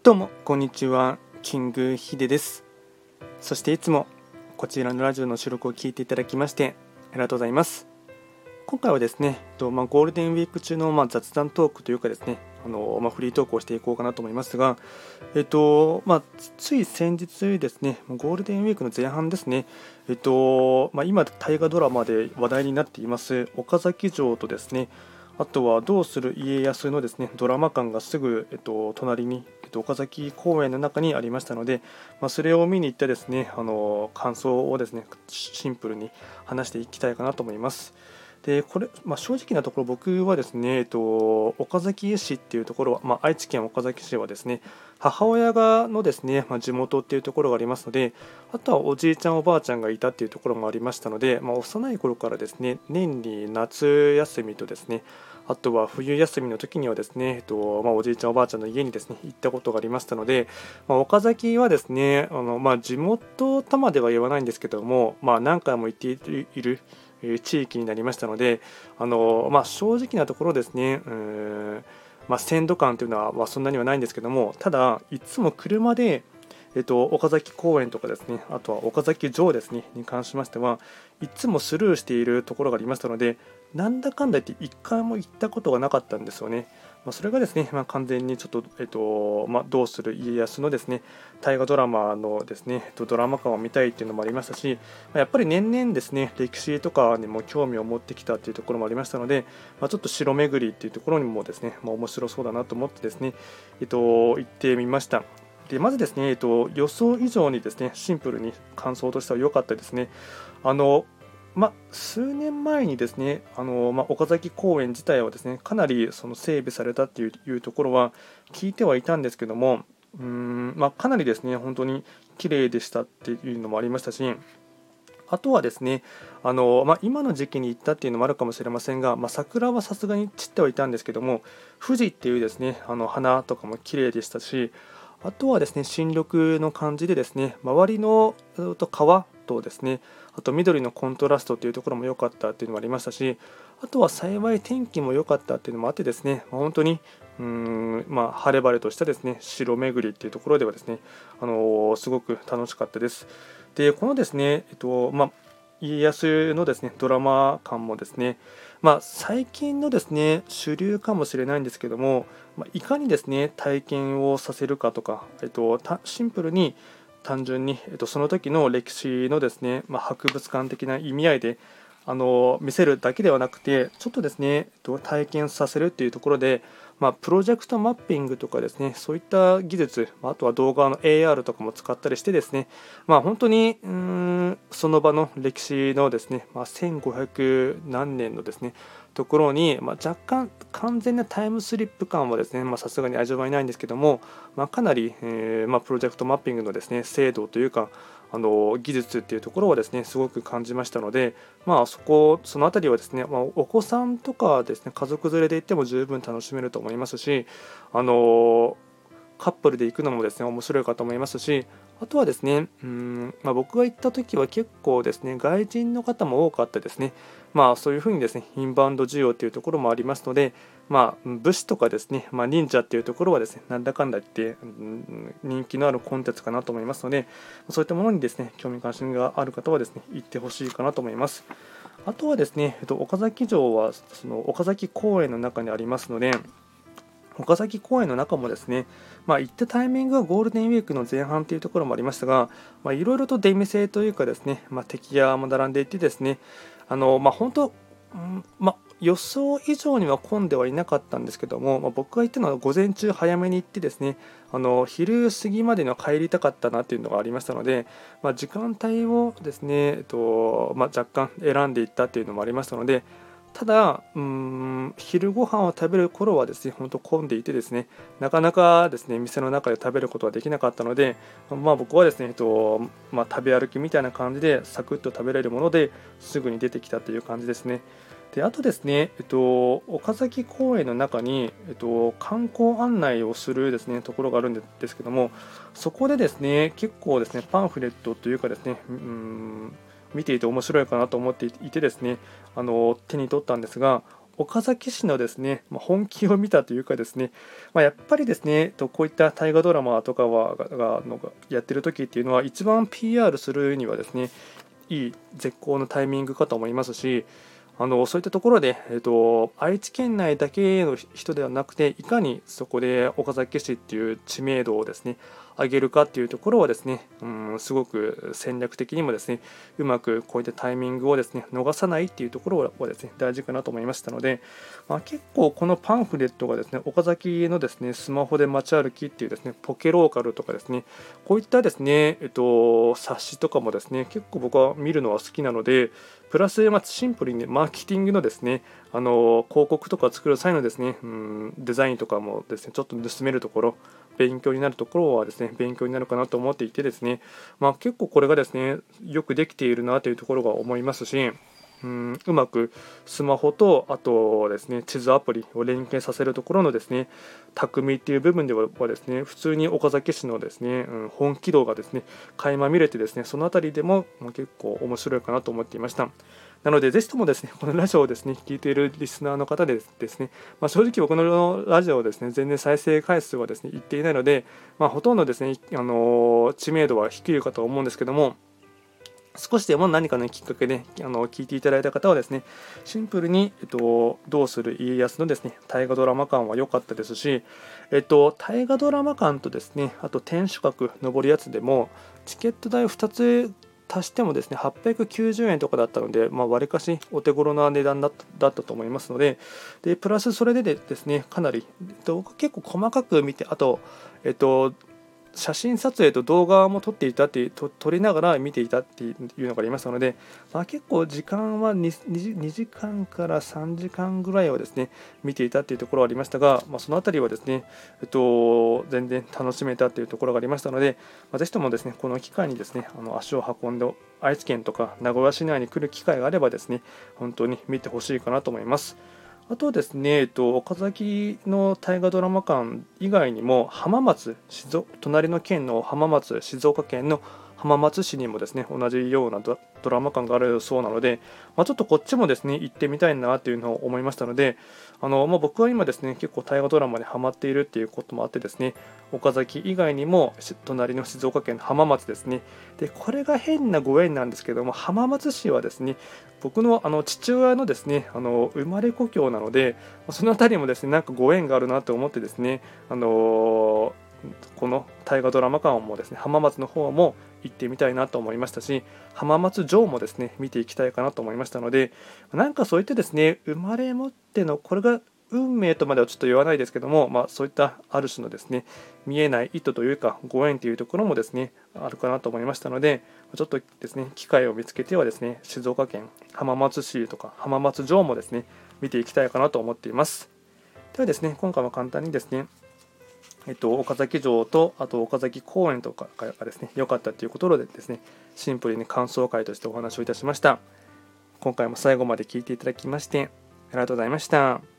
どうもこんにちは、キングヒデです。そしていつもこちらのラジオの収録を聞いていただきましてありがとうございます。今回はですね、ゴールデンウィーク中の雑談トークというかですね、フリートークをしていこうかなと思いますが、つい先日ですね、ゴールデンウィークの前半ですね、今大河ドラマで話題になっています岡崎城とですね、あとはどうする家康のですねドラマ館がすぐ、隣に、岡崎公園の中にありましたので、それを見に行ったですね感想をですねシンプルに話していきたいかなと思います。でこれ、正直なところ僕はですね、岡崎市っていうところは、愛知県岡崎市はですね母親がのですね、地元っていうところがありますので、あとはおじいちゃんおばあちゃんがいたっていうところもありましたので、幼い頃からですね年に夏休みとですね、あとは冬休みの時にはですね、おじいちゃんおばあちゃんの家にですね行ったことがありましたので、岡崎はですね地元とまでは言わないんですけども、何回も行っている地域になりましたので、正直なところですね、鮮度感というのは、そんなにはないんですけども、ただいつも車で、岡崎公園とかですね、あとは岡崎城ですねに関しましてはいつもスルーしているところがありましたので、なんだかんだ言って1回も行ったことがなかったんですよね。それがですね、完全にちょっと、どうする家康のですね大河ドラマのですねドラマ感を見たいっていうのもありましたし、やっぱり年々ですね歴史とかにも興味を持ってきたっていうところもありましたので、ちょっと城巡りっていうところにもですね、面白そうだなと思ってですね、行ってみました。でまずですね、予想以上にですねシンプルに感想としては良かったですね。数年前にですね岡崎公園自体はですねかなりその整備されたっていうところは聞いてはいたんですけども、かなりですね本当に綺麗でしたっていうのもありましたし、あとはですね今の時期に行ったっていうのもあるかもしれませんが、桜はさすがに散ってはいたんですけども、富士っていうですね花とかも綺麗でしたし、あとはですね新緑の感じでですね周りの川とですね、あと緑のコントラストというところも良かったっていうのもありましたし、あとは幸い天気も良かったっていうのもあってですね、本当に晴れ晴れとしたですね城巡りっていうところではですね、すごく楽しかったです。でこのですね、家康のですねドラマ感もですね、最近のですね主流かもしれないんですけども、いかにですね体験をさせるかとか、シンプルに単純に、その時の歴史のですね、博物館的な意味合いで見せるだけではなくて、ちょっとですね、体験させるっていうところで、プロジェクトマッピングとかですね、そういった技術、あとは動画の AR とかも使ったりしてですね、本当にその場の歴史のですね、1500何年のですねところに、若干完全なタイムスリップ感はですねさすがに味わえないんですけども、かなり、プロジェクトマッピングのですね精度というか技術っていうところはですねすごく感じましたので、そのあたりはですね、お子さんとかですね家族連れで行っても十分楽しめると思いますし、カップルで行くのもですね面白いかと思いますし、あとはですね僕が行った時は結構ですね外人の方も多かったですね。そういうふうにですねインバウンド需要というところもありますので、武士とかですね、忍者っていうところはですねなんだかんだ言って、人気のあるコンテンツかなと思いますので、そういったものにですね興味関心がある方はですね行ってほしいかなと思います。あとはですね、岡崎城はその岡崎公園の中にありますので、岡崎公園の中もですね、行ったタイミングはゴールデンウィークの前半というところもありましたが、いろいろと出店というかですね、敵屋も並んでいてですね、本当、予想以上には混んではいなかったんですけども、僕が行ったのは午前中早めに行ってですね、昼過ぎまでには帰りたかったなというのがありましたので、時間帯をですね、若干選んでいったというのもありましたので、ただ昼ご飯を食べる頃はですね本当混んでいてですね、なかなかですね店の中で食べることはできなかったので、僕はですね、食べ歩きみたいな感じでサクッと食べれるものですぐに出てきたという感じですね。であとですね、岡崎公園の中に、観光案内をするですねところがあるんですけども、そこでですね結構ですねパンフレットというかですね見ていて面白いかなと思っていてですね手に取ったんですが、 岡崎市のですね、本気を見たというかですね、やっぱりですね、こういった大河ドラマとかがやってる時っていうのは、一番 PR するにはですね、いい絶好のタイミングかと思いますし、そういったところで、愛知県内だけの人ではなくて、いかにそこで岡崎市っていう知名度をですね上げるかっていうところはですね、すごく戦略的にもですね、うまくこういったタイミングをですね逃さないっていうところはですね大事かなと思いましたので、結構このパンフレットがですね、岡崎のですねスマホで街歩きっていうですねポケローカルとかですね、こういったですね、冊子とかもですね結構僕は見るのは好きなので、プラスシンプルに、ね、マーケティングのですね、広告とか作る際のですね、デザインとかもですね、ちょっと盗めるところ、勉強になるところはですね、勉強になるかなと思っていてですね、結構これがですね、よくできているなというところが思いますし、うまくスマホとあとですね地図アプリを連携させるところのですね巧みっていう部分ではですね、普通に岡崎市のですね、本気度がですね垣間見れてですね、そのあたりでも結構面白いかなと思っていました。なのでぜひともですねこのラジオをですね聞いているリスナーの方でですね、正直僕のラジオをですね全然再生回数はですねいっていないので、ほとんどですね知名度は低いかと思うんですけども、少しでも何かのきっかけで聞いていただいた方はですね、シンプルに、どうする家康のですね大河ドラマ館は良かったですし、大河ドラマ館とですね、あと天守閣登るやつでもチケット代2つ足してもですね890円とかだったので、わりかしお手頃な値段だったと思いますので、プラスそれでですねかなり、結構細かく見て、あと写真撮影と動画も撮っていたって撮りながら見ていたっていうのがありましたので、結構時間は 2時間から3時間ぐらいはですね見ていたっていうところはありましたが、そのあたりはですね、全然楽しめたっていうところがありましたので、ぜひともですねこの機会にですね足を運んで愛知県とか名古屋市内に来る機会があればですね本当に見てほしいかなと思います。あとですね、岡崎の大河ドラマ館以外にも隣の県の浜松、静岡県の浜松市にもですね同じようなドラマ館があるそうなので、ちょっとこっちもですね行ってみたいなというのを思いましたので、僕は今ですね結構大河ドラマにハマっているっていうこともあってですね、岡崎以外にも隣の静岡県の浜松ですね、でこれが変なご縁なんですけども、浜松市はですね僕の父親のですね生まれ故郷なので、そのあたりもですねなんかご縁があるなと思ってですね、この大河ドラマ館もですね浜松の方も行ってみたいなと思いましたし、浜松城もですね見ていきたいかなと思いましたので、なんかそういったですね生まれ持ってのこれが運命とまではちょっと言わないですけども、そういったある種のですね見えない意図というかご縁というところもですねあるかなと思いましたので、ちょっとですね機会を見つけてはですね静岡県浜松市とか浜松城もですね見ていきたいかなと思っています。ではですね、今回は簡単にですね岡崎城とあと岡崎公園とかがですね良かったということでですね、シンプルに感想会としてお話をいたしました。今回も最後まで聞いていただきましてありがとうございました。